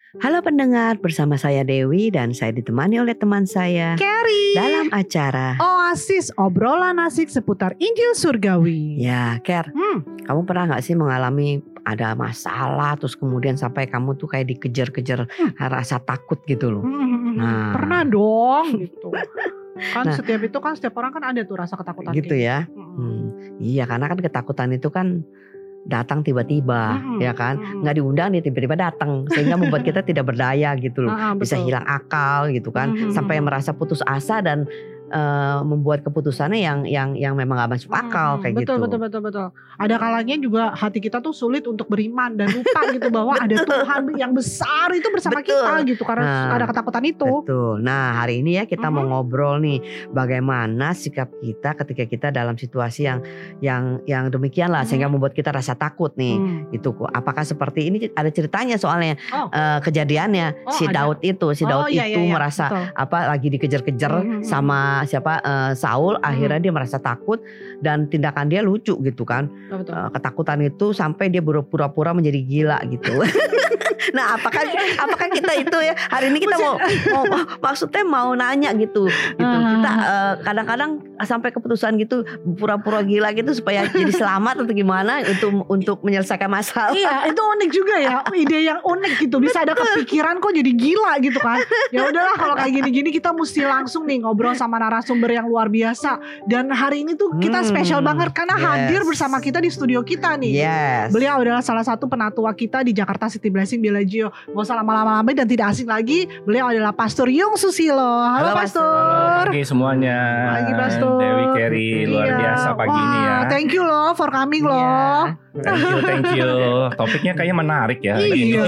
Halo pendengar, bersama saya Dewi dan saya ditemani oleh teman saya Carrie dalam acara Oasis, obrolan asik seputar Injil Surgawi. Ya, Ker, kamu pernah gak sih mengalami ada masalah terus kemudian sampai kamu tuh kayak dikejar-kejar rasa takut gitu loh? Nah. Pernah dong gitu. Kan setiap orang kan ada tuh rasa ketakutan gitu ya. Iya, karena kan ketakutan itu kan datang tiba-tiba, ya kan, nggak diundang dia tiba-tiba datang sehingga membuat kita tidak berdaya gitu loh, bisa hilang akal gitu kan, sampai merasa putus asa dan membuat keputusannya yang memang nggak masuk akal kayak betul, gitu. Betul. Ada kalanya juga hati kita tuh sulit untuk beriman dan lupa gitu bahwa ada Tuhan yang besar itu bersama kita gitu karena ada ketakutan itu. Betul. Nah hari ini ya kita mau ngobrol nih bagaimana sikap kita ketika kita dalam situasi yang demikian lah sehingga membuat kita rasa takut nih. Itu apakah seperti ini ada ceritanya soalnya kejadiannya Daud itu merasa lagi dikejar-kejar sama Saul, akhirnya dia merasa takut dan tindakan dia lucu gitu kan. Ketakutan itu sampai dia pura-pura menjadi gila gitu. Nah apakah kita itu ya hari ini kita maksudnya mau nanya gitu. Kita kadang-kadang sampai keputusan gitu pura-pura gila gitu supaya jadi selamat atau gimana untuk menyelesaikan masalah. Iya itu unik juga ya, ide yang unik gitu, bisa ada kepikiran kok jadi gila gitu kan. Ya udahlah kalau kayak gini-gini kita mesti langsung nih ngobrol sama narasumber yang luar biasa. Dan hari ini tuh kita spesial banget karena hadir bersama kita di studio kita nih. Beliau adalah salah satu penatua kita di Jakarta City Blessing Bellagio. Gak usah lama-lama dan tidak asing lagi, beliau adalah Pastor Yung Susilo. Halo Pastor. Halo pagi semuanya. Pagi Pastor. Dewi Carrie luar biasa pagi ini ya. Thank you loh for coming loh. Thank you. Topiknya kayaknya menarik ya.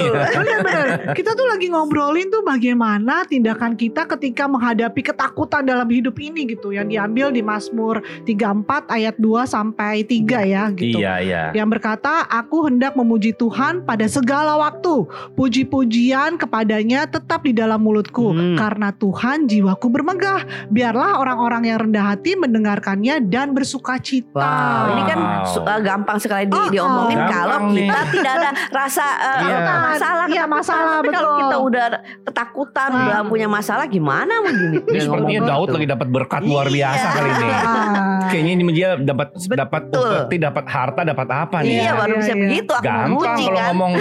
Benar. Kita tuh lagi ngobrolin tuh bagaimana tindakan kita ketika menghadapi ketakutan dalam hidup ini gitu, yang diambil di Mazmur 34 ayat 2 sampai 3 ya gitu. Iya. Yang berkata, aku hendak memuji Tuhan pada segala waktu. Puji-pujian kepadanya tetap di dalam mulutku. Karena Tuhan jiwaku bermegah. Biarlah orang-orang yang rendah hati mendengarkannya dan bersukacita. Wow, ini kan gampang sekali diomongin kalau kita tidak ada rasa masalah. Iya masalah, betul. Kalau kita udah ketakutan, udah punya masalah, gimana begini? Ini sepertinya Daud lagi dapat berkat luar biasa kali ini. Kayaknya ini dia dapat upeti, dapat harta, dapat apa nih? Iya, baru bisa begitu. Gampang kalau ngomong.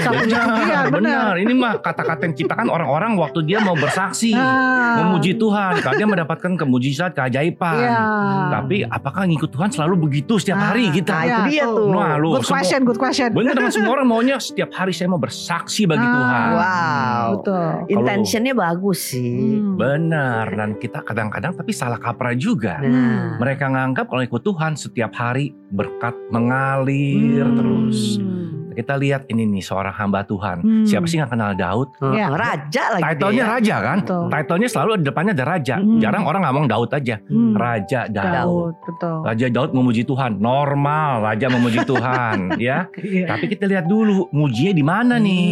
Benar. Ini mah kata-kata yang ciptakan orang-orang waktu dia mau bersaksi, memuji Tuhan, karena dia mendapatkan kemujizat, keajaiban. Tapi apakah ngikut Tuhan selalu begitu setiap hari kita? Itu dia tuh. Good question. Benar, teman semua orang maunya setiap hari saya mau bersaksi bagi Tuhan. Wow. Betul. Intentionnya bagus sih. Benar. Dan kita kadang-kadang tapi salah kaprah juga. Mereka nganggap kalau ikut Tuhan setiap hari berkat mengalir terus. Kita lihat ini nih seorang hamba Tuhan. Siapa sih gak kenal Daud? Raja lagi. Title-nya raja kan? Title-nya selalu di depannya ada raja. Jarang orang ngomong Daud aja. Raja Daud. Betul. Raja Daud memuji Tuhan. Normal raja memuji Tuhan, ya. Tapi kita lihat dulu mujinya di mana nih?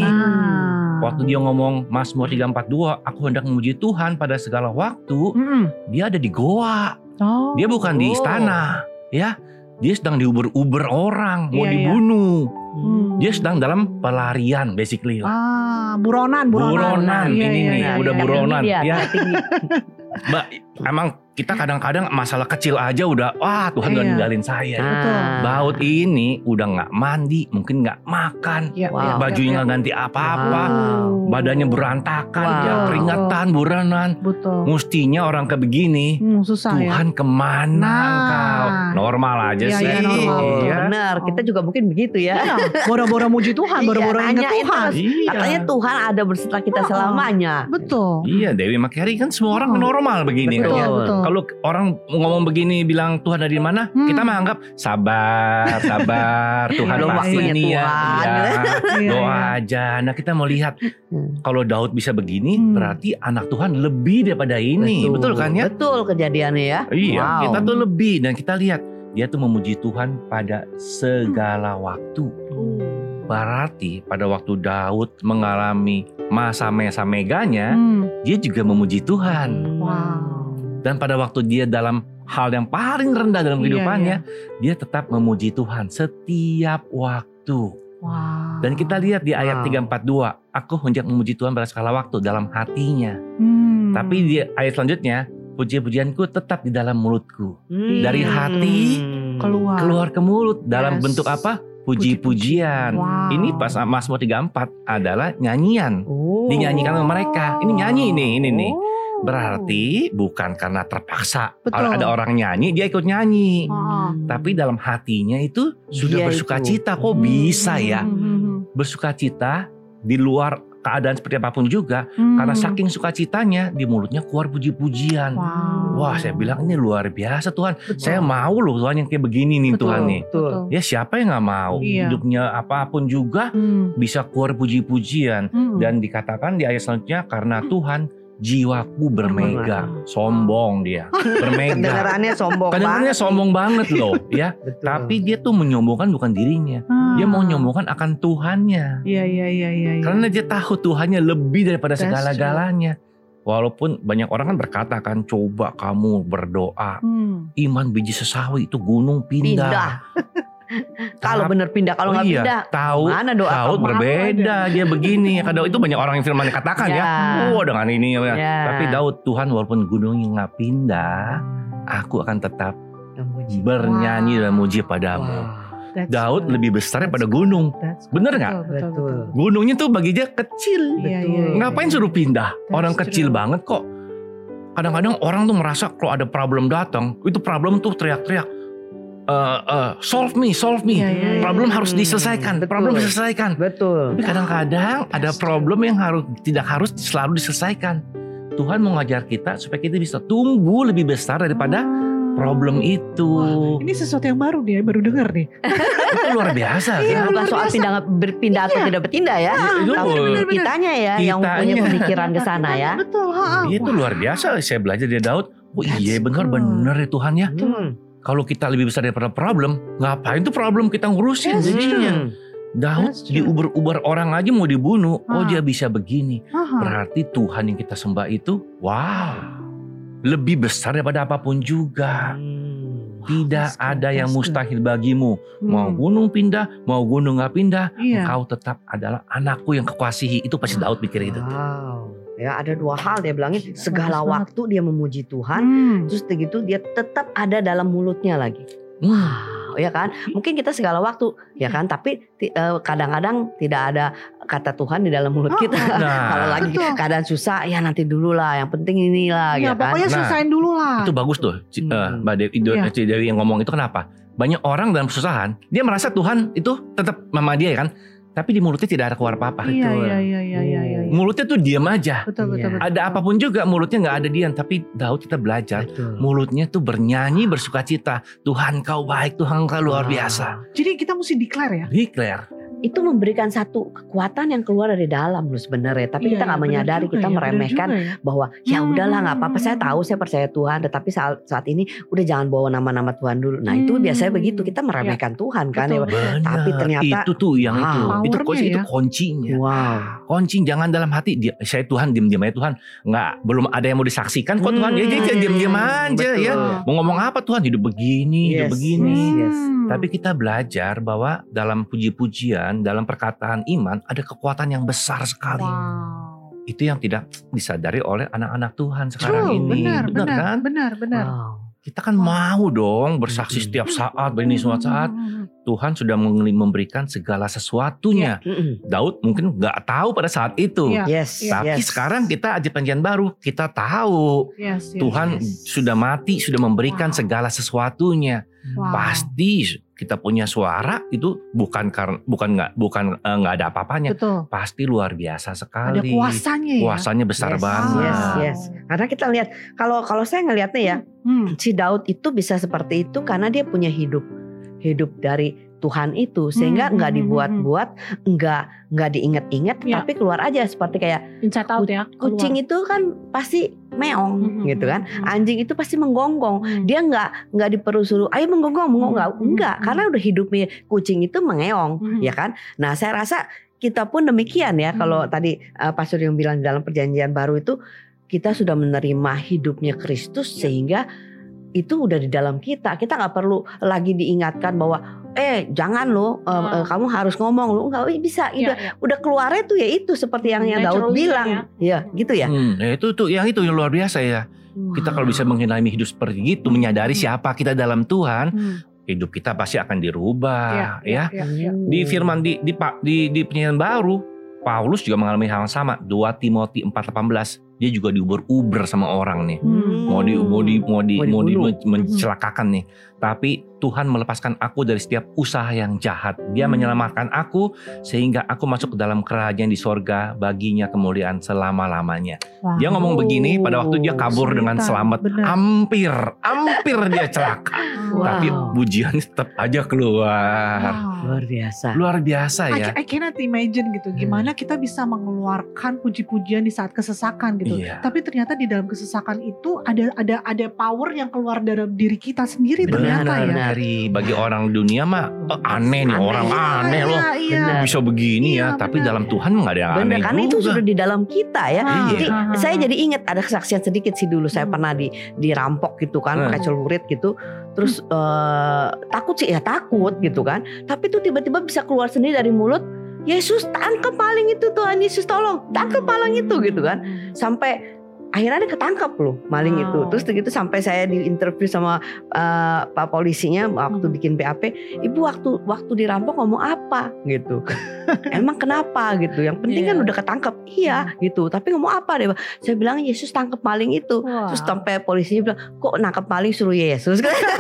Waktu dia ngomong Mazmur 3:4-2, aku hendak memuji Tuhan pada segala waktu. Dia ada di goa. Dia bukan di istana, ya. Dia sedang diuber-uber orang, mau dibunuh. Dia sedang dalam pelarian basically. Buronan. Ini nih, udah buronan. Ya. Mbak, emang kita kadang-kadang masalah kecil aja udah Tuhan udah ninggalin saya. Daud ini udah nggak mandi, mungkin nggak makan, bajunya nggak ganti apa-apa, badannya berantakan, keringetan, buranan. Mustinya orang kayak begini, Tuhan kemana engkau? Normal aja sih. Benar, kita juga mungkin begitu ya. Boro-boro muji Tuhan, boro-boro ingat Tuhan. Katanya Tuhan ada bersama kita selamanya. Betul. Iya, Dewi Makeri kan semua orang normal begini kan ya. Kalau orang ngomong begini bilang Tuhan ada di mana, kita menganggap sabar Tuhan pasti ini ya. Doa aja. Nah kita mau lihat kalau Daud bisa begini, berarti anak Tuhan lebih daripada ini. Betul kan ya? Betul kejadiannya ya. Iya, kita tuh lebih dan kita lihat dia tuh memuji Tuhan pada segala waktu. Berarti pada waktu Daud mengalami masa-masa meganya, dia juga memuji Tuhan. Dan pada waktu dia dalam hal yang paling rendah dalam kehidupannya, dia tetap memuji Tuhan setiap waktu. Wow. Dan kita lihat di ayat Wow. 342, aku hendak memuji Tuhan pada segala waktu dalam hatinya. Tapi di ayat selanjutnya, puji-pujianku tetap di dalam mulutku. Dari hati keluar ke mulut dalam Yes. bentuk apa? Puji-pujian. Wow. Ini pas Mazmur 34 adalah nyanyian. Oh. Dinyanyikan sama mereka. Ini nyanyi ini nih. Oh. Berarti bukan karena terpaksa. Betul. Ada orang nyanyi, dia ikut nyanyi. Oh. Tapi dalam hatinya itu sudah Dia bersuka itu. cita. Kok bisa ya? Hmm. Bersuka cita di luar keadaan seperti apapun juga. Karena saking sukacitanya di mulutnya keluar puji-pujian. Wow. Wah, saya bilang ini luar biasa Tuhan. Betul. Saya mau loh Tuhan yang kayak begini nih Betul. Tuhan nih. Betul. Ya siapa yang gak mau? Iya. Hidupnya apapun juga bisa keluar puji-pujian. Dan dikatakan di ayat selanjutnya, karena Tuhan jiwaku bermega. Sombong dia. Bermega. Kedengarannya sombong Kadang-kadang banget. sombong banget loh ya. Betul. Tapi dia tuh menyombongkan bukan dirinya. Dia mau nyombongkan akan Tuhannya. Iya. Karena dia tahu Tuhannya lebih daripada That's segala-galanya. Walaupun banyak orang kan berkata kan, coba kamu berdoa. Iman biji sesawi itu gunung pindah. Kalau bener pindah, kalau nggak pindah, tahu mana doa tahu kamu? berbeda dia begini. Kadang itu banyak orang yang firman katakan ya. Ya. Dengan ini ya. Ya. Tapi Daud, Tuhan walaupun gunungnya nggak pindah, aku akan tetap Memuji. bernyanyi dan muji padamu. Wah. Daud lebih besar daripada gunung. Bener nggak? Betul. Gunungnya tuh bagi dia kecil. Iya. Ngapain suruh pindah? Orang That's kecil true. banget kok. Kadang-kadang orang tuh merasa kalau ada problem datang, itu problem tuh teriak-teriak. Solve me. Iya. Problem harus diselesaikan. Betul. Problem diselesaikan. Betul. Tapi kadang-kadang ada problem yang tidak harus selalu diselesaikan. Tuhan mau ngajar kita supaya kita bisa tumbuh lebih besar daripada problem itu. Wah, ini sesuatu yang baru nih, baru dengar nih. Itu luar biasa Iya, kan? Bukan luar soal biasa. berpindah atau tidak berpindah ya. Itu Tapi benar-benar. kitanya ya yang punya Kitanya. pemikiran ke sana ya. Betul. Itu luar biasa. Saya belajar dari Daud. Oh iya benar-benar ya Tuhan ya. Kalau kita lebih besar daripada problem, ngapain tuh problem kita ngurusin Yes, jadinya. Daud That's true. diuber-uber orang aja mau dibunuh. Oh dia bisa begini. Aha. Berarti Tuhan yang kita sembah itu, wow, lebih besar daripada apapun juga. Tidak That's good, ada yang that's good. mustahil bagimu. Mau gunung pindah, mau gunung gak pindah, Iya. engkau tetap adalah anakku yang kekasihi. Itu pasti Daud pikir itu. Wow. Ya ada dua hal dia bilangin, Bagus segala banget. waktu dia memuji Tuhan, terus begitu dia tetap ada dalam mulutnya lagi. Wow, ya kan? Mungkin kita segala waktu, ya kan? Tapi kadang-kadang tidak ada kata Tuhan di dalam mulut kita. Nah. Kalau lagi Betul. keadaan susah, ya nanti dulu lah. Yang penting inilah, Ya, ya kan? pokoknya Nah, selesain dulu lah. Itu bagus tuh, Mbak Iya. Dewi yang ngomong itu kenapa? Banyak orang dalam kesusahan, dia merasa Tuhan itu tetap sama dia kan, tapi di mulutnya tidak ada keluar apa-apa. Iya. Mulutnya tuh diam aja. Betul. Ada apapun juga mulutnya nggak ada diam, tapi Daud kita belajar Betul. mulutnya tuh bernyanyi bersukacita. Tuhan kau baik, Tuhan kau luar biasa. Jadi kita mesti declare ya. Declare. Itu memberikan satu kekuatan yang keluar dari dalam loh sebenarnya. Tapi kita nggak menyadari, kita meremehkan bahwa ya udahlah nggak apa-apa. Saya tahu, saya percaya Tuhan. Tetapi saat ini udah jangan bawa nama-nama Tuhan dulu. Nah itu biasanya begitu, kita meremehkan Tuhan kan. Ya. Benar. Tapi ternyata itu tuh yang itu powernya itu ya. kuncinya. Wow. Kunci jangan dalam hati saya Tuhan diam-diam aja Tuhan. Nggak, belum ada yang mau disaksikan kok Tuhan. Ya diam-diam aja betul. ya. Mau ngomong apa Tuhan? Hidup begini, hidup begini. Yes. Tapi kita belajar bahwa dalam puji-pujian, dalam perkataan iman ada kekuatan yang besar sekali. Wow. Itu yang tidak disadari oleh anak-anak Tuhan sekarang ini. Benar. Kan? Wow. Kita kan mau dong bersaksi setiap saat, begini semua saat. Tuhan sudah memberikan segala sesuatunya. Daud mungkin nggak tahu pada saat itu. Iya. Yes. Tapi yes. sekarang kita di perjanjian baru, kita tahu Yes. Tuhan sudah mati, sudah memberikan segala sesuatunya. Pasti kita punya suara itu bukan nggak ada apa-apanya. Betul. Pasti luar biasa sekali. Ada kuasanya ya. Kuasanya besar Yes, banget. Yes. Karena kita lihat, kalau saya ngelihatnya ya, si Daud itu bisa seperti itu karena dia punya hidup dari Tuhan itu, sehingga nggak dibuat-buat, nggak diingat-ingat, Ya. tapi keluar aja seperti kayak Inside out ya. kucing itu kan pasti meong gitu kan, anjing itu pasti menggonggong, dia nggak diperusuruh ayo menggonggong enggak, karena udah hidupnya kucing itu mengeong, ya kan. Nah saya rasa kita pun demikian ya. Kalau tadi Pastor yang bilang dalam perjanjian baru itu kita sudah menerima hidupnya Kristus, sehingga itu udah di dalam kita nggak perlu lagi diingatkan bahwa jangan lo, kamu harus ngomong lo, nggak bisa. Udah keluarnya tuh ya itu seperti yang Daud bilang, ya gitu ya. Itu tuh yang luar biasa ya. Kita kalau bisa menghilami hidup seperti itu, menyadari siapa kita dalam Tuhan, hidup kita pasti akan dirubah, ya. Di firman di Perjanjian Baru, Paulus juga mengalami hal yang sama. 2 Timotius 4:18, dia juga diuber-uber sama orang nih, mau mencelakakan nih. Tapi Tuhan melepaskan aku dari setiap usaha yang jahat. Dia menyelamatkan aku sehingga aku masuk ke dalam kerajaan di sorga, baginya kemuliaan selama-lamanya. Dia ngomong begini pada waktu dia kabur dengan selamat. Hampir dia celaka. Tapi pujiannya tetap aja keluar. Luar biasa ya. I cannot imagine gitu, gimana kita bisa mengeluarkan puji-pujian di saat kesesakan gitu. Tapi ternyata di dalam kesesakan itu ada power yang keluar dari diri kita sendiri. Dari bagi orang dunia mah aneh nih, orang aneh loh. Bisa begini ya, tapi dalam Tuhan nggak ada yang aneh kan juga. Itu sudah di dalam kita ya. Jadi saya jadi ingat ada kesaksian sedikit sih dulu. Saya pernah dirampok gitu kan, pakai celurit gitu. Terus takut sih ya, takut gitu kan. Tapi tuh tiba-tiba bisa keluar sendiri dari mulut, Yesus tangkap maling itu, Tuhan Yesus tolong tangkap maling itu gitu kan. Sampai akhirnya dia ketangkap loh maling itu. Terus begitu sampai saya diinterview sama pak polisinya waktu bikin BAP, ibu waktu dirampok ngomong apa gitu. Emang kenapa gitu, yang penting kan udah ketangkap. Iya gitu, tapi ngomong apa deh. Saya bilang Yesus tangkap maling itu. Terus sampai polisinya bilang, kok nangkap maling suruh Yesus.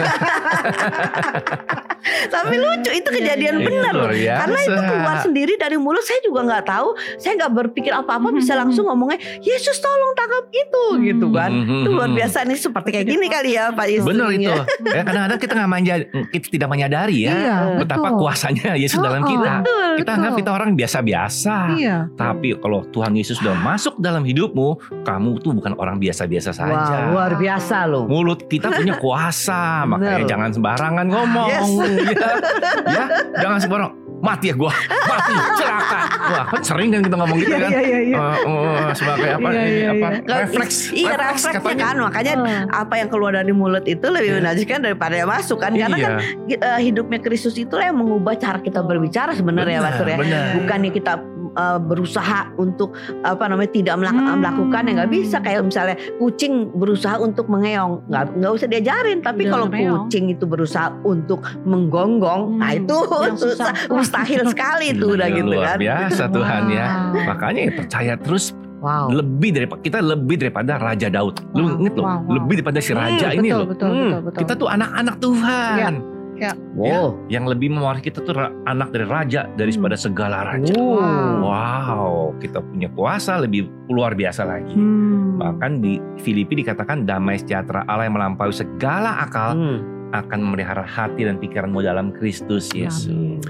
Tapi lucu, itu kejadian benar loh. Karena itu keluar sendiri dari mulut. Saya juga gak tahu, saya gak berpikir apa-apa, bisa langsung ngomongnya Yesus tolong tangkap itu gitu kan. Itu luar biasa nih, seperti kayak gini kali ya Pak Yesus. Benar itu ya, kadang-kadang kita tidak menyadari ya betapa kuasanya Yesus dalam kita. Kita anggap kita orang biasa-biasa. Tapi kalau Tuhan Yesus sudah masuk dalam hidupmu, kamu tuh bukan orang biasa-biasa saja. Luar biasa loh. Mulut kita punya kuasa. Makanya jangan sembarangan ngomong. Ya, jangan sembarang mati ya gua, mati, celaka. Wah, kan sering kan kita ngomong gitu kan. Sebagai refleks kan. Makanya apa yang keluar dari mulut itu lebih menajiskan daripada yang masuk kan. Karena kan hidupnya Kristus itu yang mengubah cara kita berbicara sebenarnya, Pastor ya. Bukannya kita berusaha untuk tidak melakukan yang nggak bisa. Kayak misalnya kucing berusaha untuk mengeong, nggak usah diajarin. Tapi kalau kucing itu berusaha untuk menggonggong, nah itu susah, mustahil sekali itu udah gitu kan. Luar biasa Tuhan ya. Makanya percaya terus. Kita lebih daripada Raja Daud. Lu inget loh, lebih daripada si raja ini loh. Betul. Kita tuh anak-anak Tuhan. Yang lebih mewarisi kita tuh anak dari raja daripada segala raja. Wow, kita punya kuasa lebih luar biasa lagi. Bahkan di Filipi dikatakan damai sejahtera Allah yang melampaui segala akal akan memelihara hati dan pikiranmu dalam Kristus Yesus.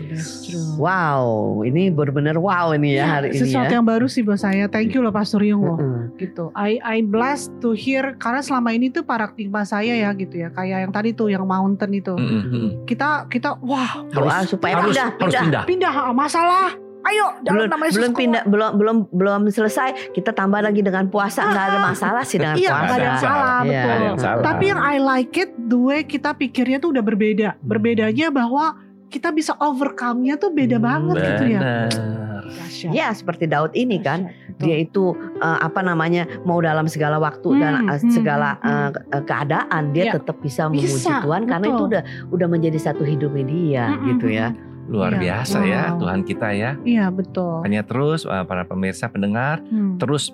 Wow, ini benar-benar wow ini ya hari ini. Sesuatu yang baru sih buat saya. Thank you loh Pastor Yung loh. Gitu. I blessed to hear, karena selama ini tuh paradigma saya ya gitu ya. Kayak yang tadi tuh yang mountain itu. Kita wah, supaya pindah masalah. Ayo, belum selesai, kita tambah lagi dengan puasa, nggak ada masalah sih dengan puasa. Nggak ada yang salah, betul. Tapi yang I like it, the way kita pikirnya tuh udah berbeda. Berbedanya bahwa kita bisa overcome-nya tuh beda banget gitu ya. Ya seperti Daud ini kan, dia itu mau dalam segala waktu dan segala keadaan dia tetap bisa memuji Tuhan karena itu udah menjadi satu hidupnya dia gitu ya. Luar biasa ya Tuhan kita ya. Iya betul. Hanya terus para pemirsa pendengar terus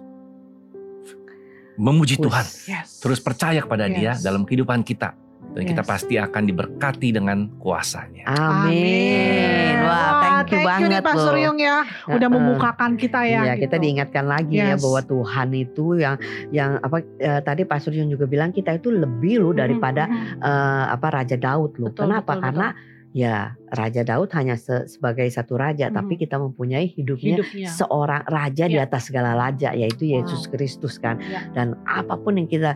memuji Tuhan, terus percaya kepada Dia dalam kehidupan kita. Dan kita pasti akan diberkati dengan kuasanya. Amin. Wah, thank you banget nih Pastor Yung ya. Udah membukakan kita ya. Iya, gitu. Kita diingatkan lagi ya bahwa Tuhan itu yang tadi Pastor Yung juga bilang kita itu lebih loh daripada Raja Daud loh. Kenapa? Karena ya Raja Daud hanya sebagai satu raja, tapi kita mempunyai hidupnya seorang raja di atas segala raja, yaitu Yesus Kristus kan. Dan apapun yang kita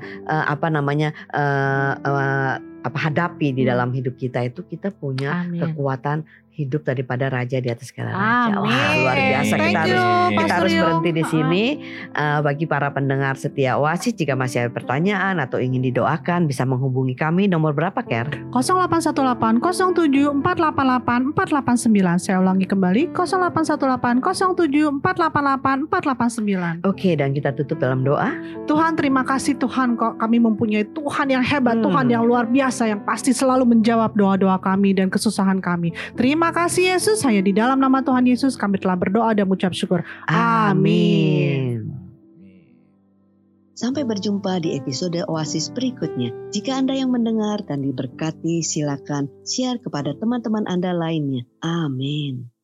hadapi di dalam hidup kita itu kita punya kekuatan hidup daripada raja di atas segala raja. Wah, luar biasa. Kita harus berhenti di sini. Bagi para pendengar setia Oasis, jika masih ada pertanyaan atau ingin didoakan, bisa menghubungi kami. Nomor berapa, Ker? 0818 07 488 489. Saya ulangi kembali 0818 07 488 489. Oke, dan kita tutup dalam doa. Tuhan, terima kasih Tuhan, kok kami mempunyai Tuhan yang hebat, Tuhan yang luar biasa, yang pasti selalu menjawab doa-doa kami dan kesusahan kami. Terima kasih Yesus, hanya di dalam nama Tuhan Yesus kami telah berdoa dan mengucap syukur. Amin. Sampai berjumpa di episode Oasis berikutnya. Jika Anda yang mendengar dan diberkati, silakan share kepada teman-teman Anda lainnya. Amin.